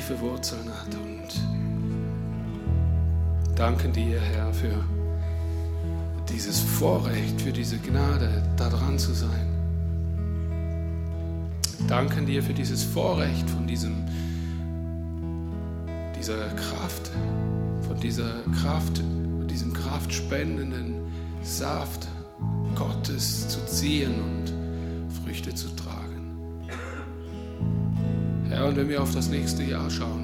tiefe Wurzeln hat. Und danken dir, Herr, für dieses Vorrecht, für diese Gnade, da dran zu sein. Danken dir für dieses Vorrecht von dieser Kraft, von diesem kraftspendenden Saft Gottes zu ziehen und Früchte zu tragen. Herr, und wenn wir auf das nächste Jahr schauen,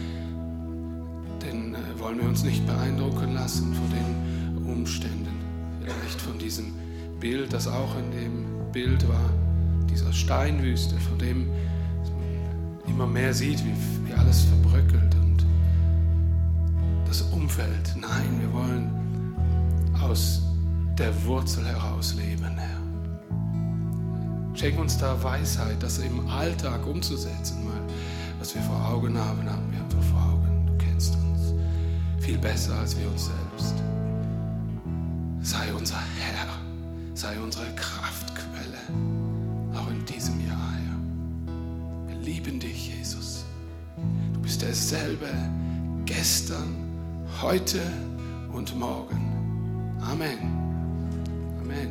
dann wollen wir uns nicht beeindrucken lassen von den Umständen. Vielleicht von diesem Bild, das auch in dem Bild war, dieser Steinwüste, von dem man immer mehr sieht, wie alles verbröckelt und das Umfeld. Nein, wir wollen aus der Wurzel heraus leben, Herr. Schenk uns da Weisheit, das im Alltag umzusetzen, weil was wir vor Augen haben wir einfach vor Augen. Du kennst uns viel besser als wir uns selbst. Sei unser Herr, sei unsere Kraftquelle, auch in diesem Jahr, Herr. Wir lieben dich, Jesus. Du bist derselbe gestern, heute und morgen. Amen. Amen.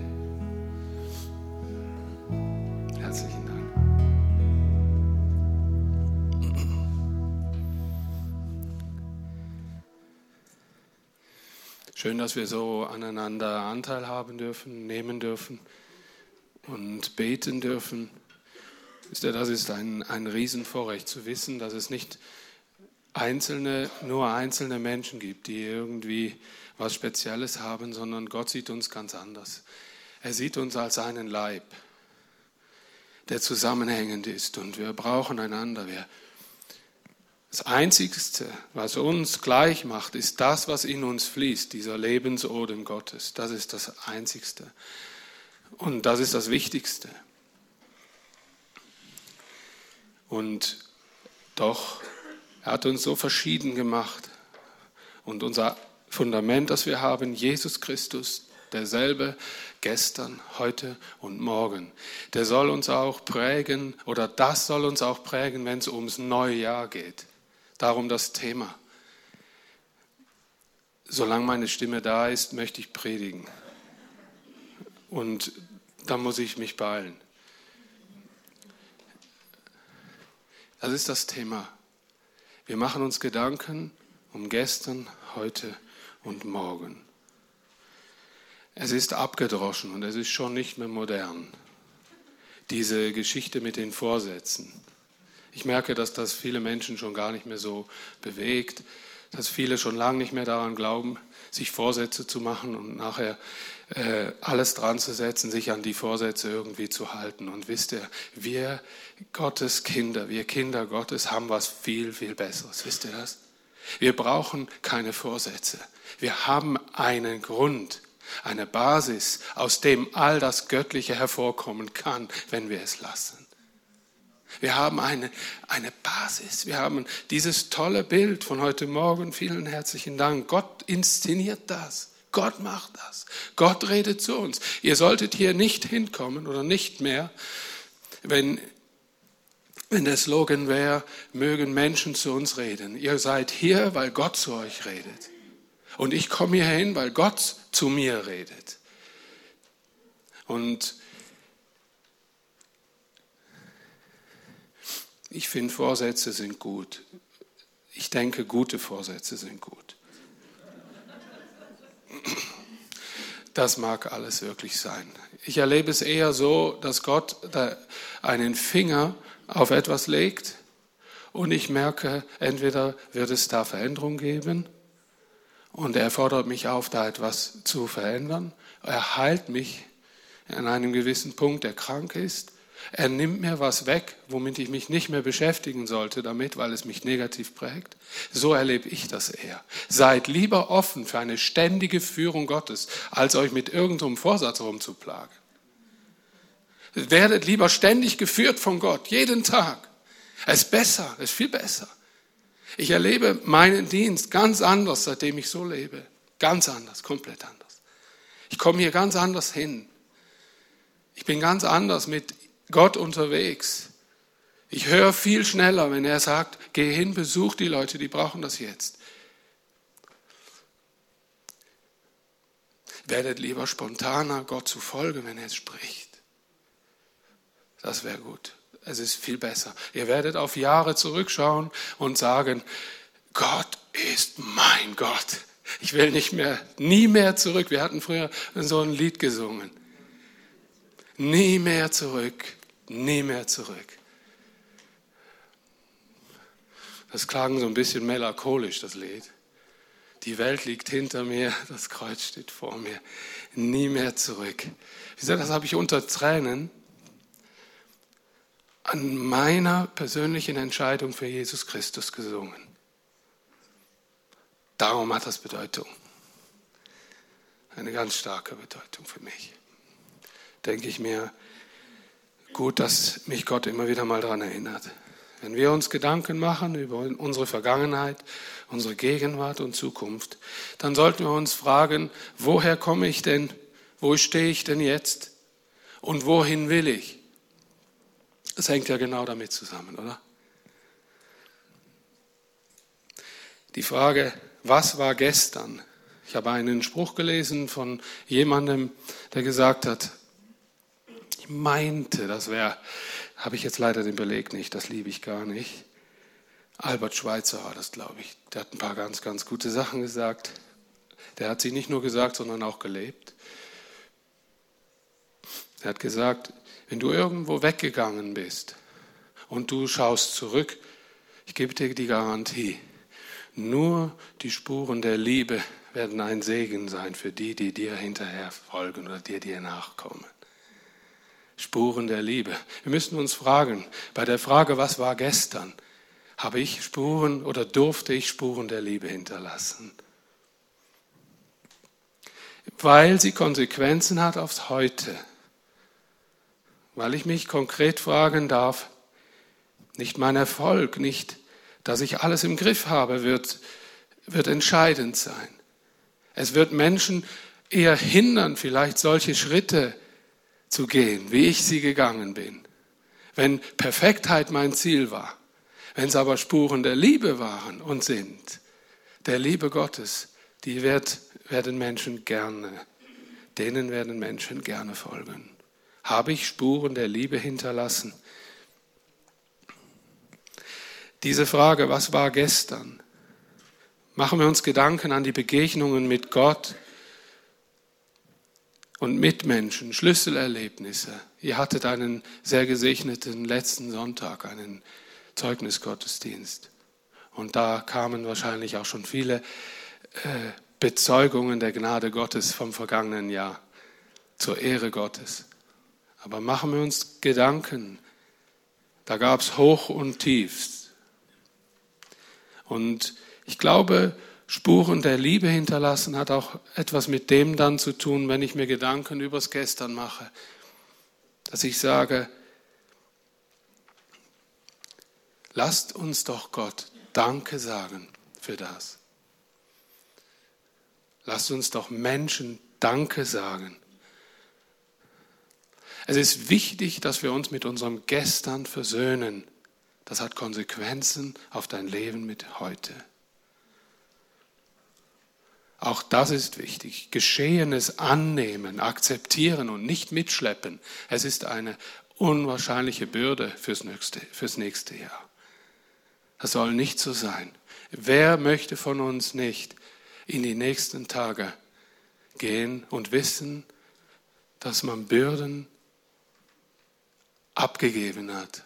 Herzlichen Dank. Schön, dass wir so aneinander Anteil haben dürfen, nehmen dürfen und beten dürfen. Wisst ihr, das ist ein Riesenvorrecht zu wissen, dass es nicht nur einzelne Menschen gibt, die irgendwie was Spezielles haben, sondern Gott sieht uns ganz anders. Er sieht uns als einen Leib, der zusammenhängend ist, und wir brauchen einander. Das Einzigste, was uns gleich macht, ist das, was in uns fließt, dieser Lebensodem Gottes. Das ist das Einzigste. Und das ist das Wichtigste. Und doch, er hat uns so verschieden gemacht. Und unser Fundament, das wir haben, Jesus Christus, derselbe gestern, heute und morgen, der soll uns auch prägen, oder das soll uns auch prägen, wenn es ums neue Jahr geht. Darum das Thema. Solange meine Stimme da ist, möchte ich predigen. Und da muss ich mich beeilen. Das ist das Thema. Wir machen uns Gedanken um gestern, heute und morgen. Es ist abgedroschen und es ist schon nicht mehr modern. Diese Geschichte mit den Vorsätzen. Ich merke, dass das viele Menschen schon gar nicht mehr so bewegt, dass viele schon lange nicht mehr daran glauben, sich Vorsätze zu machen und nachher alles dran zu setzen, sich an die Vorsätze irgendwie zu halten. Und wisst ihr, wir Gottes Kinder, wir Kinder Gottes haben was viel, viel Besseres. Wisst ihr das? Wir brauchen keine Vorsätze. Wir haben einen Grund, eine Basis, aus dem all das Göttliche hervorkommen kann, wenn wir es lassen. Wir haben eine Basis, wir haben dieses tolle Bild von heute Morgen. Vielen herzlichen Dank. Gott inszeniert das. Gott macht das. Gott redet zu uns. Ihr solltet hier nicht hinkommen oder nicht mehr, wenn der Slogan wäre, mögen Menschen zu uns reden. Ihr seid hier, weil Gott zu euch redet. Und ich komme hier hin, weil Gott zu mir redet. Und ich finde, Vorsätze sind gut. Ich denke, gute Vorsätze sind gut. Das mag alles wirklich sein. Ich erlebe es eher so, dass Gott einen Finger auf etwas legt und ich merke, entweder wird es da Veränderung geben und er fordert mich auf, da etwas zu verändern. Er heilt mich an einem gewissen Punkt, der krank ist. Er nimmt mir was weg, womit ich mich nicht mehr beschäftigen sollte damit, weil es mich negativ prägt. So erlebe ich das eher. Seid lieber offen für eine ständige Führung Gottes, als euch mit irgendeinem Vorsatz rumzuplagen. Werdet lieber ständig geführt von Gott, jeden Tag. Es ist besser, es ist viel besser. Ich erlebe meinen Dienst ganz anders, seitdem ich so lebe. Ganz anders, komplett anders. Ich komme hier ganz anders hin. Ich bin ganz anders mit Gott unterwegs. Ich höre viel schneller, wenn er sagt, geh hin, besuch die Leute, die brauchen das jetzt. Werdet lieber spontaner Gott zufolge, wenn er es spricht. Das wäre gut. Es ist viel besser. Ihr werdet auf Jahre zurückschauen und sagen, Gott ist mein Gott. Ich will nie mehr zurück. Wir hatten früher so ein Lied gesungen. Nie mehr zurück, nie mehr zurück. Das klang so ein bisschen melancholisch, das Lied. Die Welt liegt hinter mir, das Kreuz steht vor mir. Nie mehr zurück. Das habe ich unter Tränen an meiner persönlichen Entscheidung für Jesus Christus gesungen. Darum hat das Bedeutung. Eine ganz starke Bedeutung für mich. Denke ich mir, gut, dass mich Gott immer wieder mal daran erinnert. Wenn wir uns Gedanken machen über unsere Vergangenheit, unsere Gegenwart und Zukunft, dann sollten wir uns fragen, woher komme ich denn, wo stehe ich denn jetzt und wohin will ich? Das hängt ja genau damit zusammen, oder? Die Frage, was war gestern? Ich habe einen Spruch gelesen von jemandem, der gesagt hat, ich meinte, das wäre, habe ich jetzt leider den Beleg nicht, das liebe ich gar nicht. Albert Schweitzer war das, glaube ich. Der hat ein paar ganz, ganz gute Sachen gesagt. Der hat sie nicht nur gesagt, sondern auch gelebt. Er hat gesagt, wenn du irgendwo weggegangen bist und du schaust zurück, ich gebe dir die Garantie, nur die Spuren der Liebe werden ein Segen sein für die, die dir hinterher folgen oder dir nachkommen. Spuren der Liebe. Wir müssen uns fragen, bei der Frage, was war gestern, habe ich Spuren oder durfte ich Spuren der Liebe hinterlassen? Weil sie Konsequenzen hat aufs Heute. Weil ich mich konkret fragen darf, nicht mein Erfolg, nicht, dass ich alles im Griff habe, wird entscheidend sein. Es wird Menschen eher hindern, vielleicht solche Schritte zu gehen, wie ich sie gegangen bin. Wenn Perfektheit mein Ziel war, wenn es aber Spuren der Liebe waren und sind, der Liebe Gottes, denen werden Menschen gerne folgen. Habe ich Spuren der Liebe hinterlassen? Diese Frage, was war gestern? Machen wir uns Gedanken an die Begegnungen mit Gott und Mitmenschen, Schlüsselerlebnisse. Ihr hattet einen sehr gesegneten letzten Sonntag, einen Zeugnisgottesdienst. Und da kamen wahrscheinlich auch schon viele Bezeugungen der Gnade Gottes vom vergangenen Jahr zur Ehre Gottes. Aber machen wir uns Gedanken, da gab es Hoch und Tiefs. Und ich glaube, Spuren der Liebe hinterlassen hat auch etwas mit dem dann zu tun, wenn ich mir Gedanken übers Gestern mache. Dass ich sage, lasst uns doch Gott Danke sagen für das. Lasst uns doch Menschen Danke sagen. Es ist wichtig, dass wir uns mit unserem Gestern versöhnen. Das hat Konsequenzen auf dein Leben mit heute. Auch das ist wichtig. Geschehenes annehmen, akzeptieren und nicht mitschleppen. Es ist eine unwahrscheinliche Bürde fürs nächste Jahr. Das soll nicht so sein. Wer möchte von uns nicht in die nächsten Tage gehen und wissen, dass man Bürden abgegeben hat?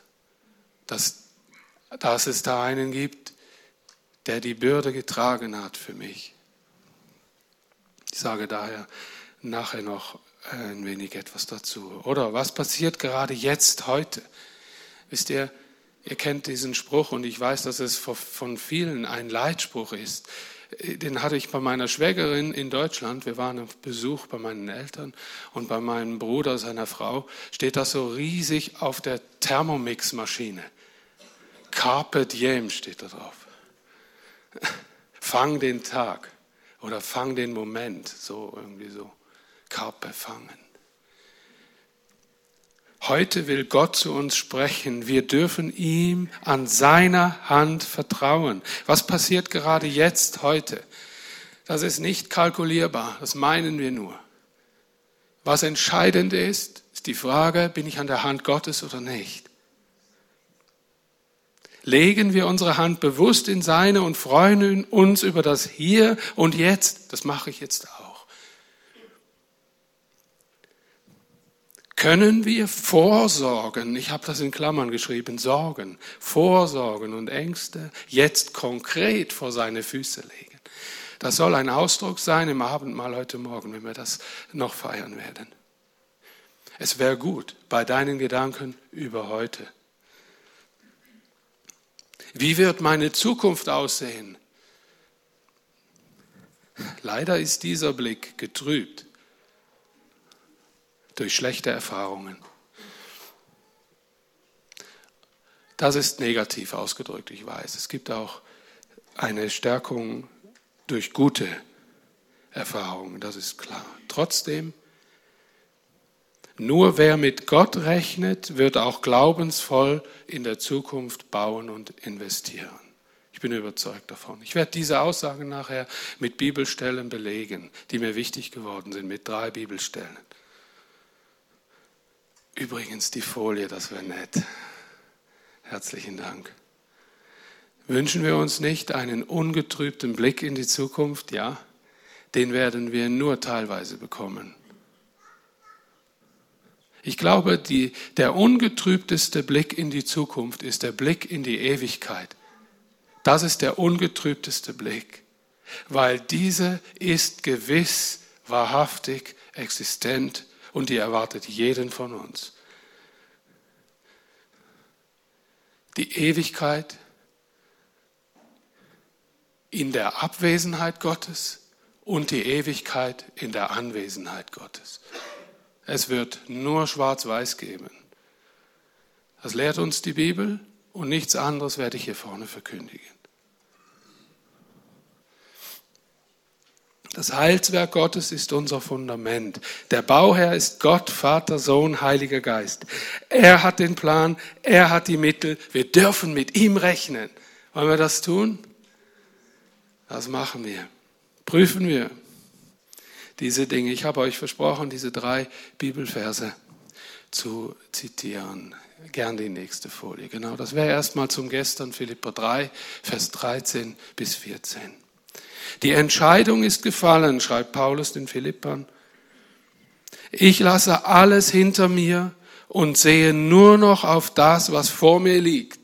Dass es da einen gibt, der die Bürde getragen hat für mich. Ich sage daher nachher noch ein wenig etwas dazu. Oder was passiert gerade jetzt, heute? Wisst ihr, ihr kennt diesen Spruch und ich weiß, dass es von vielen ein Leitspruch ist. Den hatte ich bei meiner Schwägerin in Deutschland. Wir waren auf Besuch bei meinen Eltern und bei meinem Bruder, seiner Frau, steht das so riesig auf der Thermomix-Maschine. Carpe diem steht da drauf. Fang den Tag oder fang den Moment, so irgendwie so. Carpe fangen. Heute will Gott zu uns sprechen. Wir dürfen ihm an seiner Hand vertrauen. Was passiert gerade jetzt, heute? Das ist nicht kalkulierbar, das meinen wir nur. Was entscheidend ist, ist die Frage, bin ich an der Hand Gottes oder nicht? Legen wir unsere Hand bewusst in seine und freuen uns über das Hier und Jetzt. Das mache ich jetzt auch. Können wir vorsorgen, ich habe das in Klammern geschrieben, Sorgen, Vorsorgen und Ängste jetzt konkret vor seine Füße legen? Das soll ein Ausdruck sein im Abendmahl heute Morgen, wenn wir das noch feiern werden. Es wäre gut bei deinen Gedanken über heute. Wie wird meine Zukunft aussehen? Leider ist dieser Blick getrübt durch schlechte Erfahrungen. Das ist negativ ausgedrückt, ich weiß. Es gibt auch eine Stärkung durch gute Erfahrungen, das ist klar. Trotzdem, nur wer mit Gott rechnet, wird auch glaubensvoll in der Zukunft bauen und investieren. Ich bin überzeugt davon. Ich werde diese Aussagen nachher mit Bibelstellen belegen, die mir wichtig geworden sind, mit 3 Bibelstellen. Übrigens die Folie, das wäre nett. Herzlichen Dank. Wünschen wir uns nicht einen ungetrübten Blick in die Zukunft? Ja, den werden wir nur teilweise bekommen. Ich glaube, der ungetrübteste Blick in die Zukunft ist der Blick in die Ewigkeit. Das ist der ungetrübteste Blick, weil diese ist gewiss, wahrhaftig, existent und die erwartet jeden von uns. Die Ewigkeit in der Abwesenheit Gottes und die Ewigkeit in der Anwesenheit Gottes. Es wird nur Schwarz-Weiß geben. Das lehrt uns die Bibel und nichts anderes werde ich hier vorne verkündigen. Das Heilswerk Gottes ist unser Fundament. Der Bauherr ist Gott, Vater, Sohn, Heiliger Geist. Er hat den Plan, er hat die Mittel. Wir dürfen mit ihm rechnen. Wollen wir das tun? Das machen wir. Prüfen wir diese Dinge. Ich habe euch versprochen, diese 3 Bibelverse zu zitieren. Gern die nächste Folie. Genau, das wäre erstmal zum Gestern, Philipper 3, Vers 13 bis 14. Die Entscheidung ist gefallen, schreibt Paulus den Philippern. Ich lasse alles hinter mir und sehe nur noch auf das, was vor mir liegt.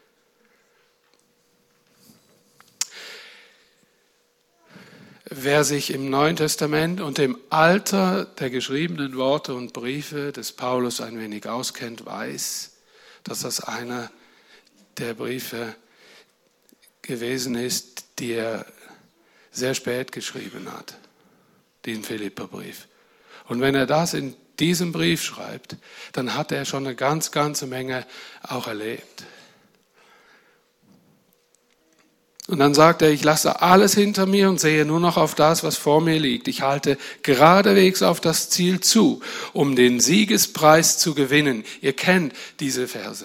Wer sich im Neuen Testament und im Alter der geschriebenen Worte und Briefe des Paulus ein wenig auskennt, weiß, dass das einer der Briefe gewesen ist, die er sehr spät geschrieben hat, den Philipperbrief. Und wenn er das in diesem Brief schreibt, dann hat er schon eine ganze Menge auch erlebt. Und dann sagt er, ich lasse alles hinter mir und sehe nur noch auf das, was vor mir liegt. Ich halte geradewegs auf das Ziel zu, um den Siegespreis zu gewinnen. Ihr kennt diese Verse.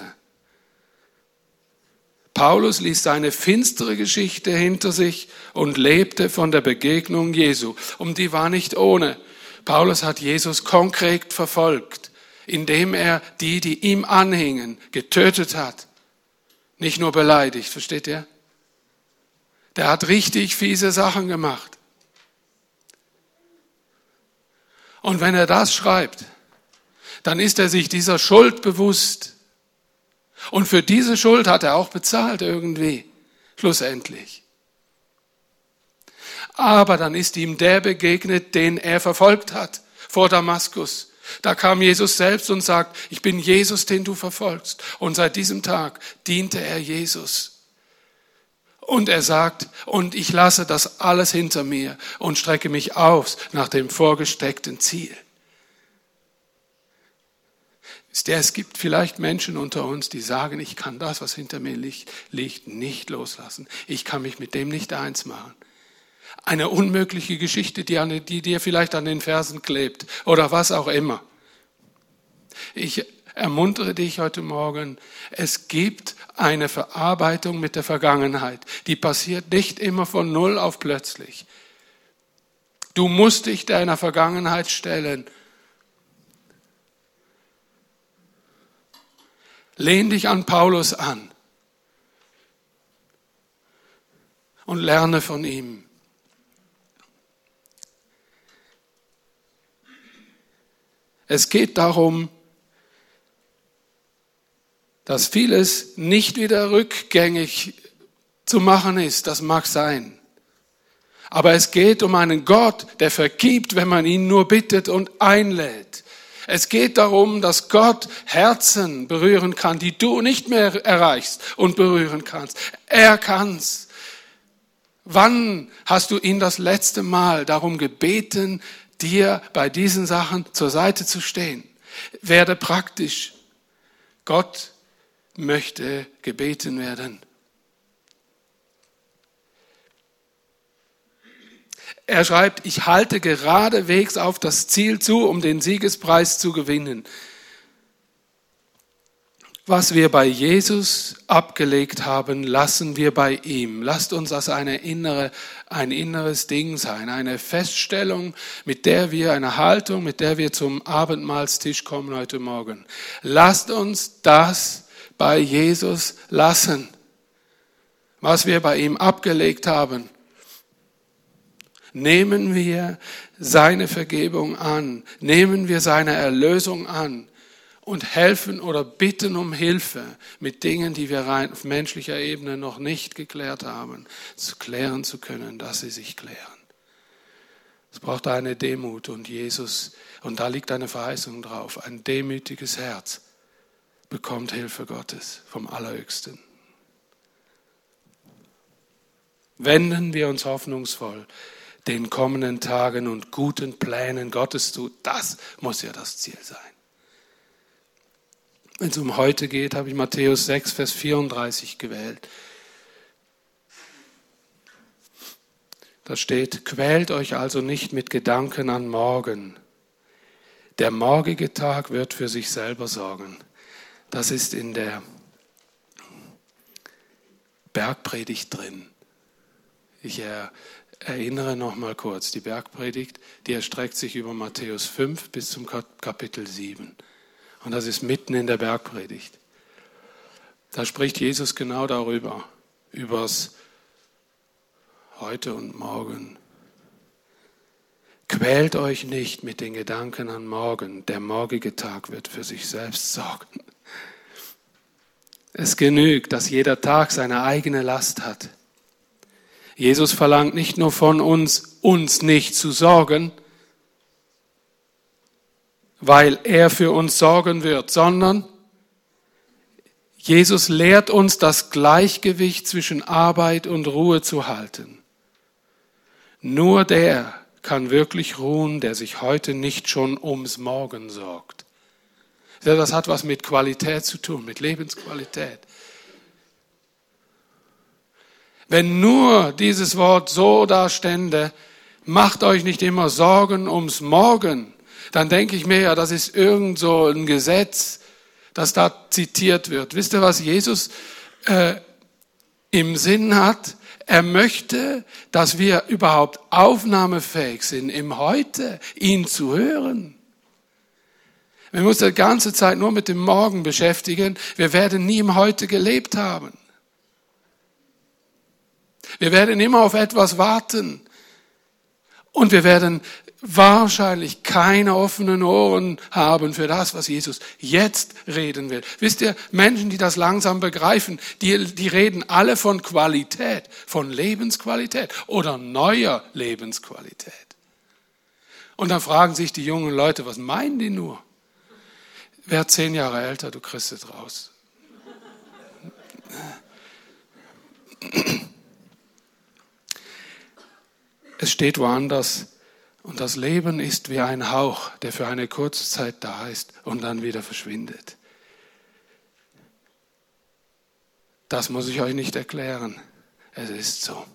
Paulus ließ seine finstere Geschichte hinter sich und lebte von der Begegnung Jesu. Und die war nicht ohne. Paulus hat Jesus konkret verfolgt, indem er die ihm anhingen, getötet hat. Nicht nur beleidigt, versteht ihr? Der hat richtig fiese Sachen gemacht. Und wenn er das schreibt, dann ist er sich dieser Schuld bewusst. Und für diese Schuld hat er auch bezahlt irgendwie, schlussendlich. Aber dann ist ihm der begegnet, den er verfolgt hat, vor Damaskus. Da kam Jesus selbst und sagt, ich bin Jesus, den du verfolgst. Und seit diesem Tag diente er Jesus. Und er sagt, und ich lasse das alles hinter mir und strecke mich aus nach dem vorgesteckten Ziel. Es gibt vielleicht Menschen unter uns, die sagen, ich kann das, was hinter mir liegt, nicht loslassen. Ich kann mich mit dem nicht eins machen. Eine unmögliche Geschichte, die dir vielleicht an den Fersen klebt oder was auch immer. Ich ermuntere dich heute Morgen, es gibt eine Verarbeitung mit der Vergangenheit. Die passiert nicht immer von null auf plötzlich. Du musst dich deiner Vergangenheit stellen. Lehn dich an Paulus an und lerne von ihm. Es geht darum, dass vieles nicht wieder rückgängig zu machen ist. Das mag sein. Aber es geht um einen Gott, der vergibt, wenn man ihn nur bittet und einlädt. Es geht darum, dass Gott Herzen berühren kann, die du nicht mehr erreichst und berühren kannst. Er kann's. Wann hast du ihn das letzte Mal darum gebeten, dir bei diesen Sachen zur Seite zu stehen? Werde praktisch. Gott möchte gebeten werden. Er schreibt, ich halte geradewegs auf das Ziel zu, um den Siegespreis zu gewinnen. Was wir bei Jesus abgelegt haben, lassen wir bei ihm. Lasst uns das ein inneres Ding sein, eine Feststellung, mit der wir, eine Haltung, mit der wir zum Abendmahlstisch kommen heute Morgen. Lasst uns das bei Jesus lassen, was wir bei ihm abgelegt haben. Nehmen wir seine Vergebung an, nehmen wir seine Erlösung an und helfen oder bitten um Hilfe mit Dingen, die wir rein auf menschlicher Ebene noch nicht geklärt haben, klären zu können, dass sie sich klären. Es braucht eine Demut und Jesus, und da liegt eine Verheißung drauf, ein demütiges Herz bekommt Hilfe Gottes vom Allerhöchsten. Wenden wir uns hoffnungsvoll den kommenden Tagen und guten Plänen Gottes zu. Das muss ja das Ziel sein. Wenn es um heute geht, habe ich Matthäus 6, Vers 34 gewählt. Da steht, quält euch also nicht mit Gedanken an morgen. Der morgige Tag wird für sich selber sorgen. Das ist in der Bergpredigt drin. Ich erinnere noch mal kurz, die Bergpredigt, die erstreckt sich über Matthäus 5 bis zum Kapitel 7. Und das ist mitten in der Bergpredigt. Da spricht Jesus genau darüber, übers Heute und Morgen. Quält euch nicht mit den Gedanken an morgen, der morgige Tag wird für sich selbst sorgen. Es genügt, dass jeder Tag seine eigene Last hat. Jesus verlangt nicht nur von uns nicht zu sorgen, weil er für uns sorgen wird, sondern Jesus lehrt uns, das Gleichgewicht zwischen Arbeit und Ruhe zu halten. Nur der kann wirklich ruhen, der sich heute nicht schon ums Morgen sorgt. Das hat was mit Qualität zu tun, mit Lebensqualität. Wenn nur dieses Wort so da stände, macht euch nicht immer Sorgen ums Morgen, dann denke ich mir ja, das ist irgend so ein Gesetz, das da zitiert wird. Wisst ihr, was Jesus im Sinn hat? Er möchte, dass wir überhaupt aufnahmefähig sind, im Heute ihn zu hören. Wir müssen die ganze Zeit nur mit dem Morgen beschäftigen. Wir werden nie im Heute gelebt haben. Wir werden immer auf etwas warten. Und wir werden wahrscheinlich keine offenen Ohren haben für das, was Jesus jetzt reden will. Wisst ihr, Menschen, die das langsam begreifen, die reden alle von Qualität, von Lebensqualität oder neuer Lebensqualität. Und dann fragen sich die jungen Leute, was meinen die nur? Wer 10 Jahre älter, du kriegst es raus. Es steht woanders, und das Leben ist wie ein Hauch, der für eine kurze Zeit da ist und dann wieder verschwindet. Das muss ich euch nicht erklären. Es ist so.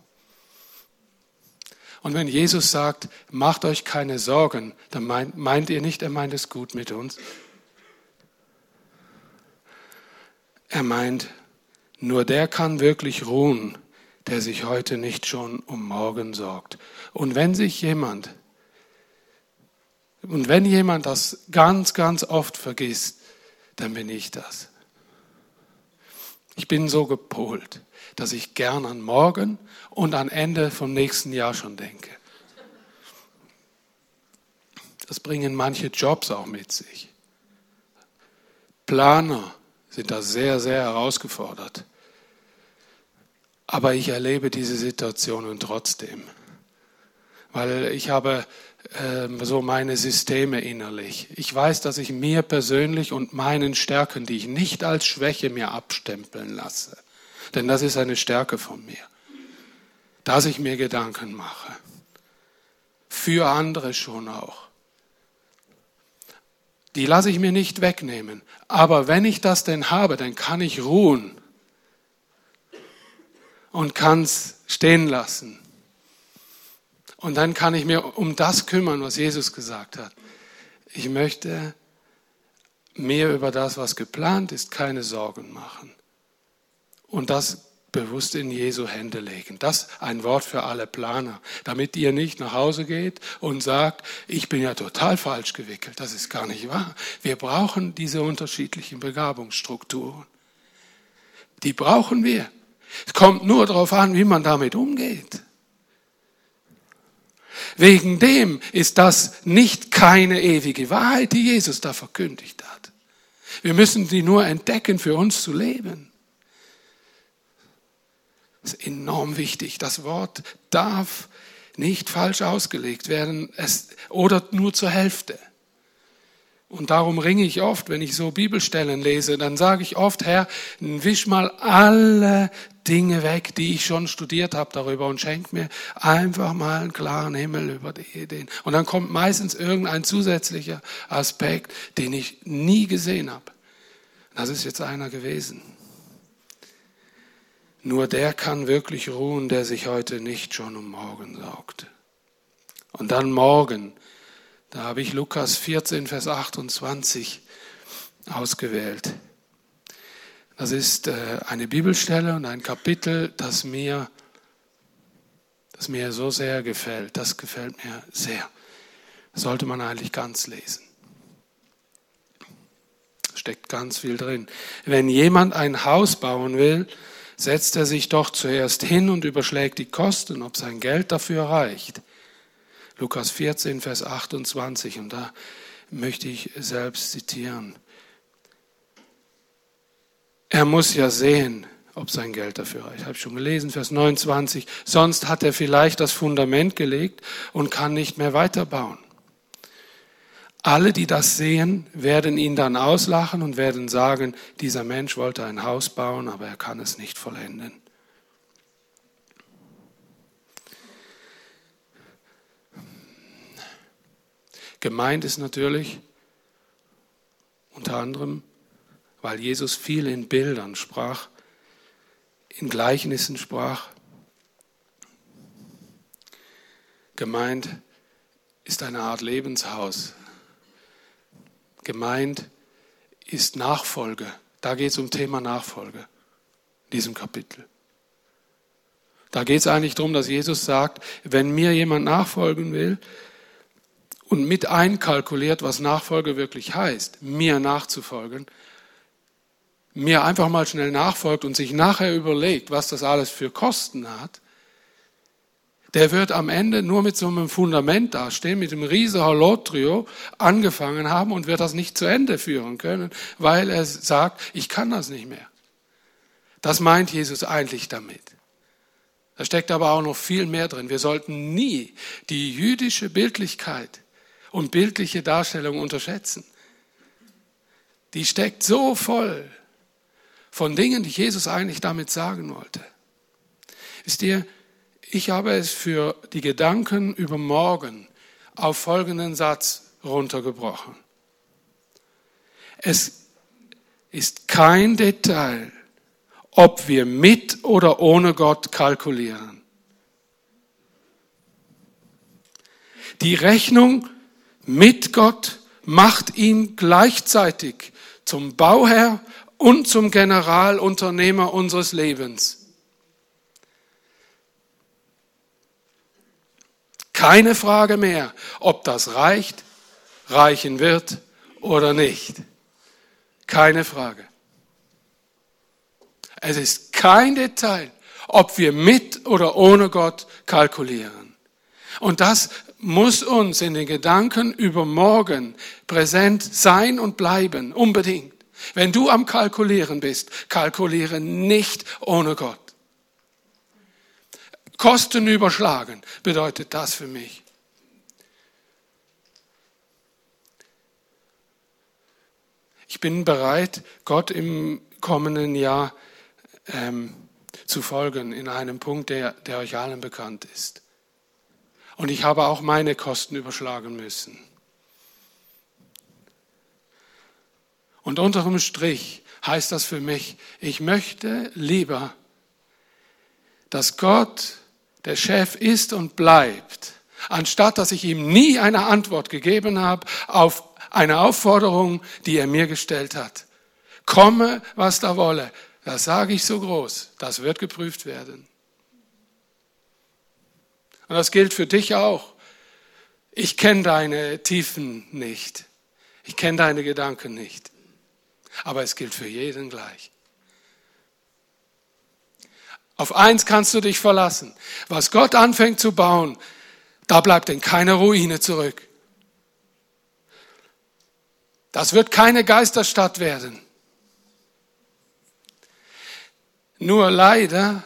Und wenn Jesus sagt, macht euch keine Sorgen, dann meint ihr nicht, er meint es gut mit uns. Er meint, nur der kann wirklich ruhen, der sich heute nicht schon um morgen sorgt. Und wenn jemand das ganz, ganz oft vergisst, dann bin ich das. Ich bin so gepolt, dass ich gern an morgen und an Ende vom nächsten Jahr schon denke. Das bringen manche Jobs auch mit sich. Planer sind da sehr, sehr herausgefordert. Aber ich erlebe diese Situationen trotzdem. Weil ich habe so meine Systeme innerlich. Ich weiß, dass ich mir persönlich und meinen Stärken, die ich nicht als Schwäche mir abstempeln lasse, denn das ist eine Stärke von mir, dass ich mir Gedanken mache. Für andere schon auch. Die lasse ich mir nicht wegnehmen. Aber wenn ich das denn habe, dann kann ich ruhen und kann es stehen lassen. Und dann kann ich mir um das kümmern, was Jesus gesagt hat. Ich möchte mir über das, was geplant ist, keine Sorgen machen. Und das bewusst in Jesu Hände legen. Das ein Wort für alle Planer, damit ihr nicht nach Hause geht und sagt, ich bin ja total falsch gewickelt. Das ist gar nicht wahr. Wir brauchen diese unterschiedlichen Begabungsstrukturen. Die brauchen wir. Es kommt nur darauf an, wie man damit umgeht. Wegen dem ist das nicht keine ewige Wahrheit, die Jesus da verkündigt hat. Wir müssen die nur entdecken, für uns zu leben. Das ist enorm wichtig. Das Wort darf nicht falsch ausgelegt werden oder nur zur Hälfte. Und darum ringe ich oft, wenn ich so Bibelstellen lese, dann sage ich oft, Herr, wisch mal alle Dinge weg, die ich schon studiert habe darüber und schenk mir einfach mal einen klaren Himmel über die Ideen. Und dann kommt meistens irgendein zusätzlicher Aspekt, den ich nie gesehen habe. Das ist jetzt einer gewesen. Nur der kann wirklich ruhen, der sich heute nicht schon um morgen sorgt. Und dann morgen. Da habe ich Lukas 14, Vers 28 ausgewählt. Das ist eine Bibelstelle und ein Kapitel, das mir so sehr gefällt. Das gefällt mir sehr. Das sollte man eigentlich ganz lesen. Steckt ganz viel drin. Wenn jemand ein Haus bauen will, setzt er sich doch zuerst hin und überschlägt die Kosten, ob sein Geld dafür reicht. Lukas 14, Vers 28, und da möchte ich selbst zitieren. Er muss ja sehen, ob sein Geld dafür reicht. Ich habe schon gelesen, Vers 29. Sonst hat er vielleicht das Fundament gelegt und kann nicht mehr weiterbauen. Alle, die das sehen, werden ihn dann auslachen und werden sagen, dieser Mensch wollte ein Haus bauen, aber er kann es nicht vollenden. Gemeint ist natürlich unter anderem, weil Jesus viel in Bildern sprach, in Gleichnissen sprach. Gemeint ist eine Art Lebenshaus. Gemeint ist Nachfolge. Da geht es um Thema Nachfolge in diesem Kapitel. Da geht es eigentlich darum, dass Jesus sagt, wenn mir jemand nachfolgen will, und mit einkalkuliert, was Nachfolge wirklich heißt, mir nachzufolgen, mir einfach mal schnell nachfolgt und sich nachher überlegt, was das alles für Kosten hat, der wird am Ende nur mit so einem Fundament dastehen, mit dem riesen Holotrio angefangen haben und wird das nicht zu Ende führen können, weil er sagt, ich kann das nicht mehr. Das meint Jesus eigentlich damit. Da steckt aber auch noch viel mehr drin. Wir sollten nie die jüdische Bildlichkeit und bildliche Darstellung unterschätzen. Die steckt so voll von Dingen, die Jesus eigentlich damit sagen wollte. Wisst ihr, ich habe es für die Gedanken über morgen auf folgenden Satz runtergebrochen. Es ist kein Detail, ob wir mit oder ohne Gott kalkulieren. Die Rechnung mit Gott macht ihn gleichzeitig zum Bauherr und zum Generalunternehmer unseres Lebens. Keine Frage mehr, ob das reicht, reichen wird oder nicht. Keine Frage. Es ist kein Detail, ob wir mit oder ohne Gott kalkulieren. Und das muss uns in den Gedanken über morgen präsent sein und bleiben, unbedingt. Wenn du am Kalkulieren bist, kalkuliere nicht ohne Gott. Kosten überschlagen bedeutet das für mich. Ich bin bereit, Gott im kommenden Jahr zu folgen in einem Punkt, der euch allen bekannt ist. Und ich habe auch meine Kosten überschlagen müssen. Und unterm Strich heißt das für mich, ich möchte lieber, dass Gott der Chef ist und bleibt, anstatt dass ich ihm nie eine Antwort gegeben habe auf eine Aufforderung, die er mir gestellt hat. Komme, was da wolle. Das sage ich so groß. Das wird geprüft werden. Und das gilt für dich auch. Ich kenne deine Tiefen nicht. Ich kenne deine Gedanken nicht. Aber es gilt für jeden gleich. Auf eins kannst du dich verlassen. Was Gott anfängt zu bauen, da bleibt denn keine Ruine zurück. Das wird keine Geisterstadt werden. Nur leider,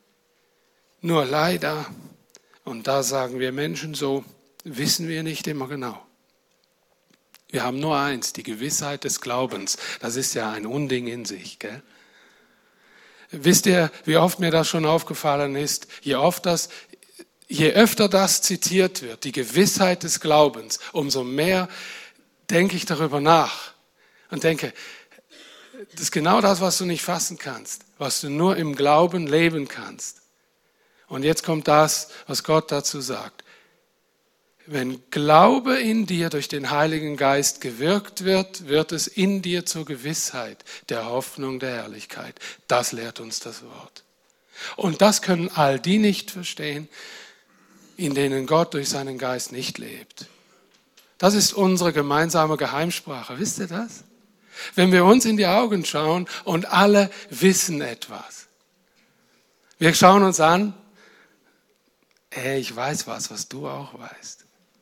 und da sagen wir Menschen so, wissen wir nicht immer genau. Wir haben nur eins, die Gewissheit des Glaubens. Das ist ja ein Unding in sich, gell? Wisst ihr, wie oft mir das schon aufgefallen ist? Je öfter das zitiert wird, die Gewissheit des Glaubens, umso mehr denke ich darüber nach und denke, das ist genau das, was du nicht fassen kannst, was du nur im Glauben leben kannst. Und jetzt kommt das, was Gott dazu sagt. Wenn Glaube in dir durch den Heiligen Geist gewirkt wird, wird es in dir zur Gewissheit der Hoffnung der Herrlichkeit. Das lehrt uns das Wort. Und das können all die nicht verstehen, in denen Gott durch seinen Geist nicht lebt. Das ist unsere gemeinsame Geheimsprache. Wisst ihr das? Wenn wir uns in die Augen schauen und alle wissen etwas. Wir schauen uns an, ich weiß was du auch weißt.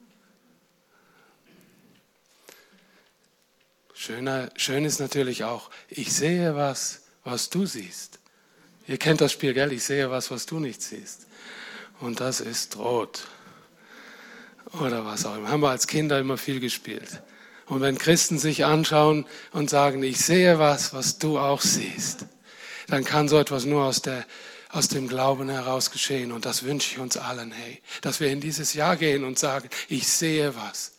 Schön ist natürlich auch, ich sehe was du siehst. Ihr kennt das Spiel, gell? Ich sehe was du nicht siehst. Und das ist rot. Oder was auch immer. Haben wir als Kinder immer viel gespielt. Und wenn Christen sich anschauen und sagen, ich sehe was du auch siehst, dann kann so etwas nur aus dem Glauben heraus geschehen. Und das wünsche ich uns allen, hey, dass wir in dieses Jahr gehen und sagen, ich sehe was.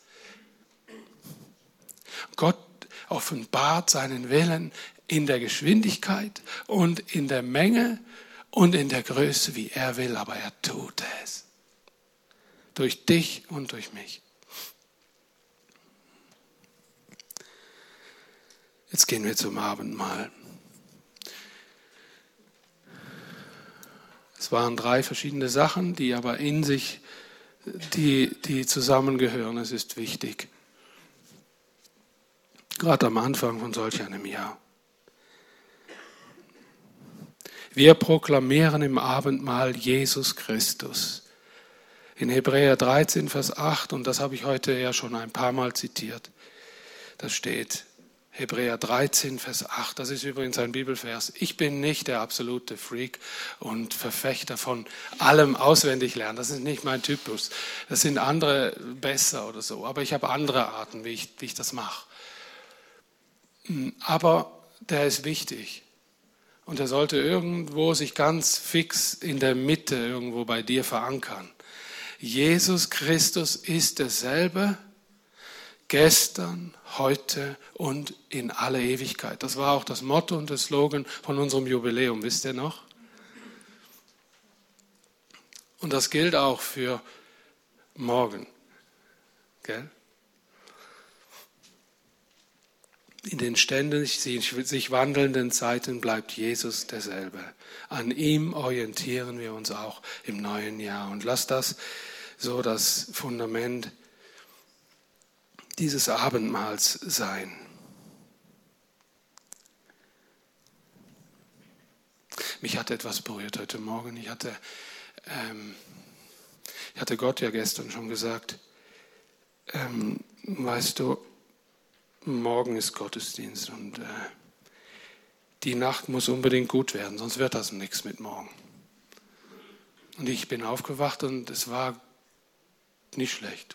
Gott offenbart seinen Willen in der Geschwindigkeit und in der Menge und in der Größe, wie er will, aber er tut es. Durch dich und durch mich. Jetzt gehen wir zum Abendmahl. Es waren 3 verschiedene Sachen, die aber in sich, die zusammengehören. Es ist wichtig. Gerade am Anfang von solch einem Jahr. Wir proklamieren im Abendmahl Jesus Christus. In Hebräer 13, Vers 8, und das habe ich heute ja schon ein paar Mal zitiert, da steht Hebräer 13, Vers 8, das ist übrigens ein Bibelvers. Ich bin nicht der absolute Freak und Verfechter von allem auswendig lernen. Das ist nicht mein Typus. Das sind andere besser oder so, aber ich habe andere Arten, wie ich das mache. Aber der ist wichtig und er sollte irgendwo sich ganz fix in der Mitte irgendwo bei dir verankern. Jesus Christus ist derselbe, gestern, heute und in alle Ewigkeit. Das war auch das Motto und der Slogan von unserem Jubiläum, wisst ihr noch? Und das gilt auch für morgen. Gell? In den ständig sich wandelnden Zeiten bleibt Jesus derselbe. An ihm orientieren wir uns auch im neuen Jahr. Und lass das so das Fundament dieses Abendmahls sein. Mich hat etwas berührt heute Morgen. Ich hatte Gott ja gestern schon gesagt, weißt du, morgen ist Gottesdienst und die Nacht muss unbedingt gut werden, sonst wird das nichts mit morgen. Und ich bin aufgewacht und es war nicht schlecht.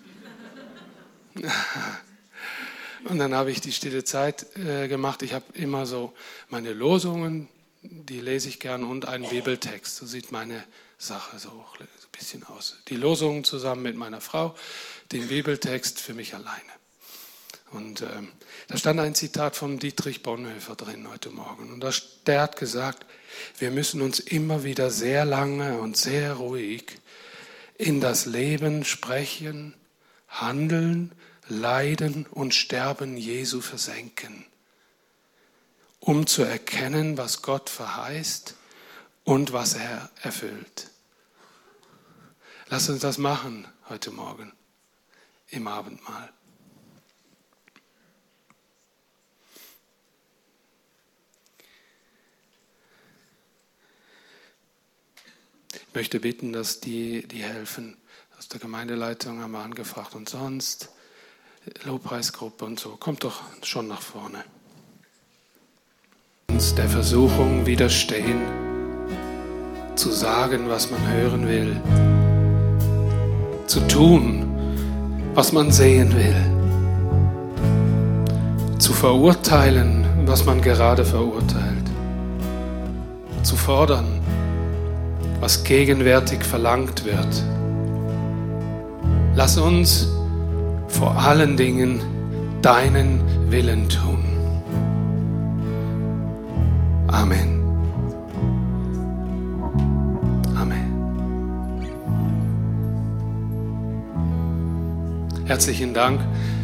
Und dann habe ich die stille Zeit gemacht. Ich habe immer so meine Losungen, die lese ich gern, und einen Bibeltext. So sieht meine Sache so ein bisschen aus. Die Losungen zusammen mit meiner Frau, den Bibeltext für mich alleine. Und da stand ein Zitat von Dietrich Bonhoeffer drin heute Morgen. Und der hat gesagt, wir müssen uns immer wieder sehr lange und sehr ruhig in das Leben sprechen, handeln, leiden und sterben Jesu versenken, um zu erkennen, was Gott verheißt und was er erfüllt. Lass uns das machen heute Morgen im Abendmahl. Ich möchte bitten, dass die helfen. Aus der Gemeindeleitung haben wir angefragt und sonst Lobpreisgruppe und so. Kommt doch schon nach vorne. Uns der Versuchung widerstehen, zu sagen, was man hören will, zu tun, was man sehen will, zu verurteilen, was man gerade verurteilt, zu fordern, was gegenwärtig verlangt wird. Lass uns vor allen Dingen deinen Willen tun. Amen. Amen. Herzlichen Dank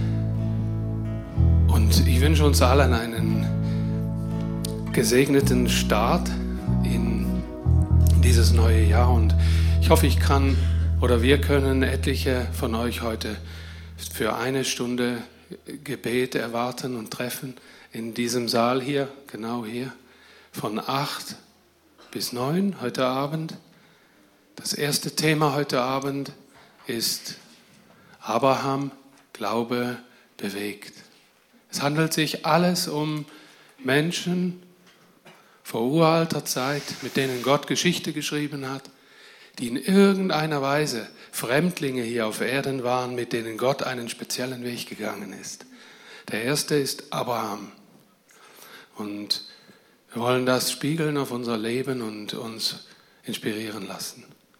und ich wünsche uns allen einen gesegneten Start in dieses neue Jahr und ich hoffe, ich kann oder wir können etliche von euch heute für eine Stunde Gebet erwarten und treffen in diesem Saal hier, genau hier, von 8 bis 9 heute Abend. Das erste Thema heute Abend ist Abraham, Glaube bewegt. Es handelt sich alles um Menschen vor uralter Zeit, mit denen Gott Geschichte geschrieben hat, die in irgendeiner Weise Fremdlinge hier auf Erden waren, mit denen Gott einen speziellen Weg gegangen ist. Der erste ist Abraham. Und wir wollen das spiegeln auf unser Leben und uns inspirieren lassen.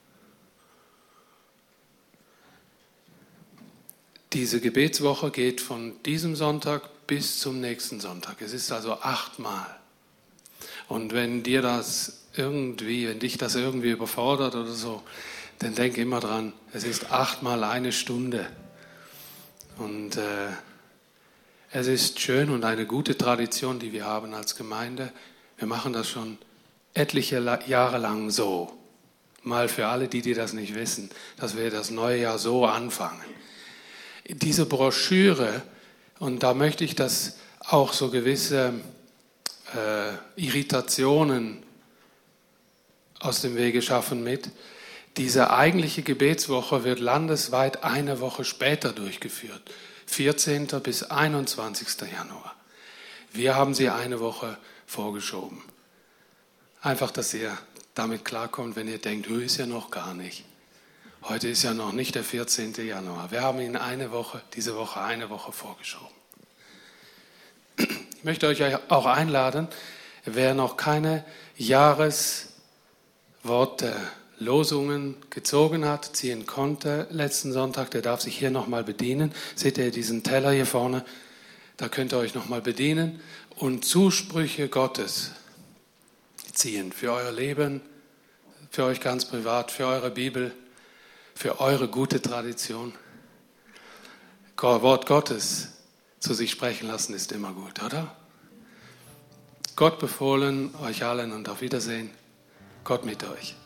Diese Gebetswoche geht von diesem Sonntag bis zum nächsten Sonntag. Es ist also 8 Mal. Und wenn dich das irgendwie überfordert oder so, dann denk immer dran, es ist 8 Mal 1 Stunde. Und es ist schön und eine gute Tradition, die wir haben als Gemeinde. Wir machen das schon etliche Jahre lang so. Mal für alle, die das nicht wissen, dass wir das neue Jahr so anfangen. Diese Broschüre, und da möchte ich, dass auch so gewisse Irritationen aus dem Wege schaffen mit. Diese eigentliche Gebetswoche wird landesweit eine Woche später durchgeführt, 14. bis 21. Januar. Wir haben sie eine Woche vorgeschoben. Einfach, dass ihr damit klarkommt, wenn ihr denkt, ist ja noch gar nicht. Heute ist ja noch nicht der 14. Januar. Wir haben ihn diese Woche eine Woche vorgeschoben. Ich möchte euch auch einladen, wer noch keine Jahresworte, Losungen gezogen hat, ziehen konnte letzten Sonntag, der darf sich hier nochmal bedienen. Seht ihr diesen Teller hier vorne? Da könnt ihr euch nochmal bedienen und Zusprüche Gottes ziehen für euer Leben, für euch ganz privat, für eure Bibel, für eure gute Tradition. Wort Gottes zu sich sprechen lassen ist immer gut, oder? Gott befohlen, euch allen und auf Wiedersehen. Gott mit euch.